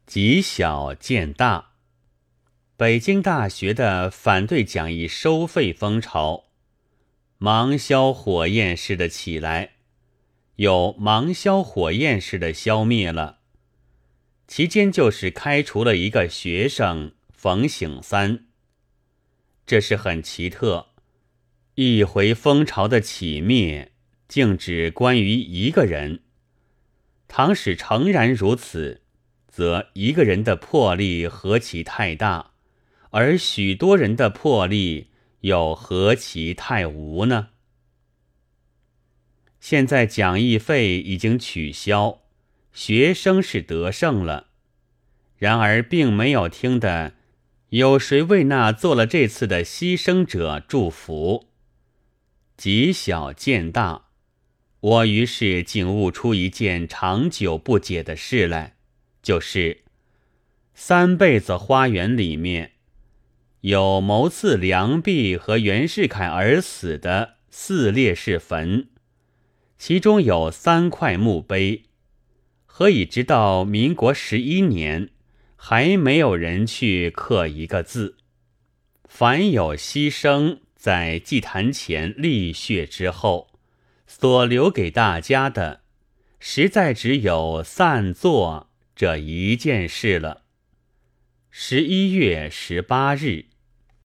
积小见大。北京大学的反对讲义收费风潮，盲消火焰式的起来，又盲消火焰式的消灭了。其间就是开除了一个学生冯醒三，这是很奇特。一回风潮的起灭，竟只关于一个人。倘使诚然如此，则一个人的魄力何其太大，而许多人的魄力又何其太无呢？现在讲义费已经取消，学生是得胜了，然而并没有听得有谁为那做了这次的牺牲者祝福。积小见大，我于是竟悟出一件长久不解的事来，就是三辈子花园里面有谋刺梁壁和袁世凯而死的4烈士坟，其中有3块墓碑，何以直到民国11年还没有人去刻一个字？凡有牺牲在祭坛前沥血之后，所留给大家的，实在只有散坐这一件事了。11月18日，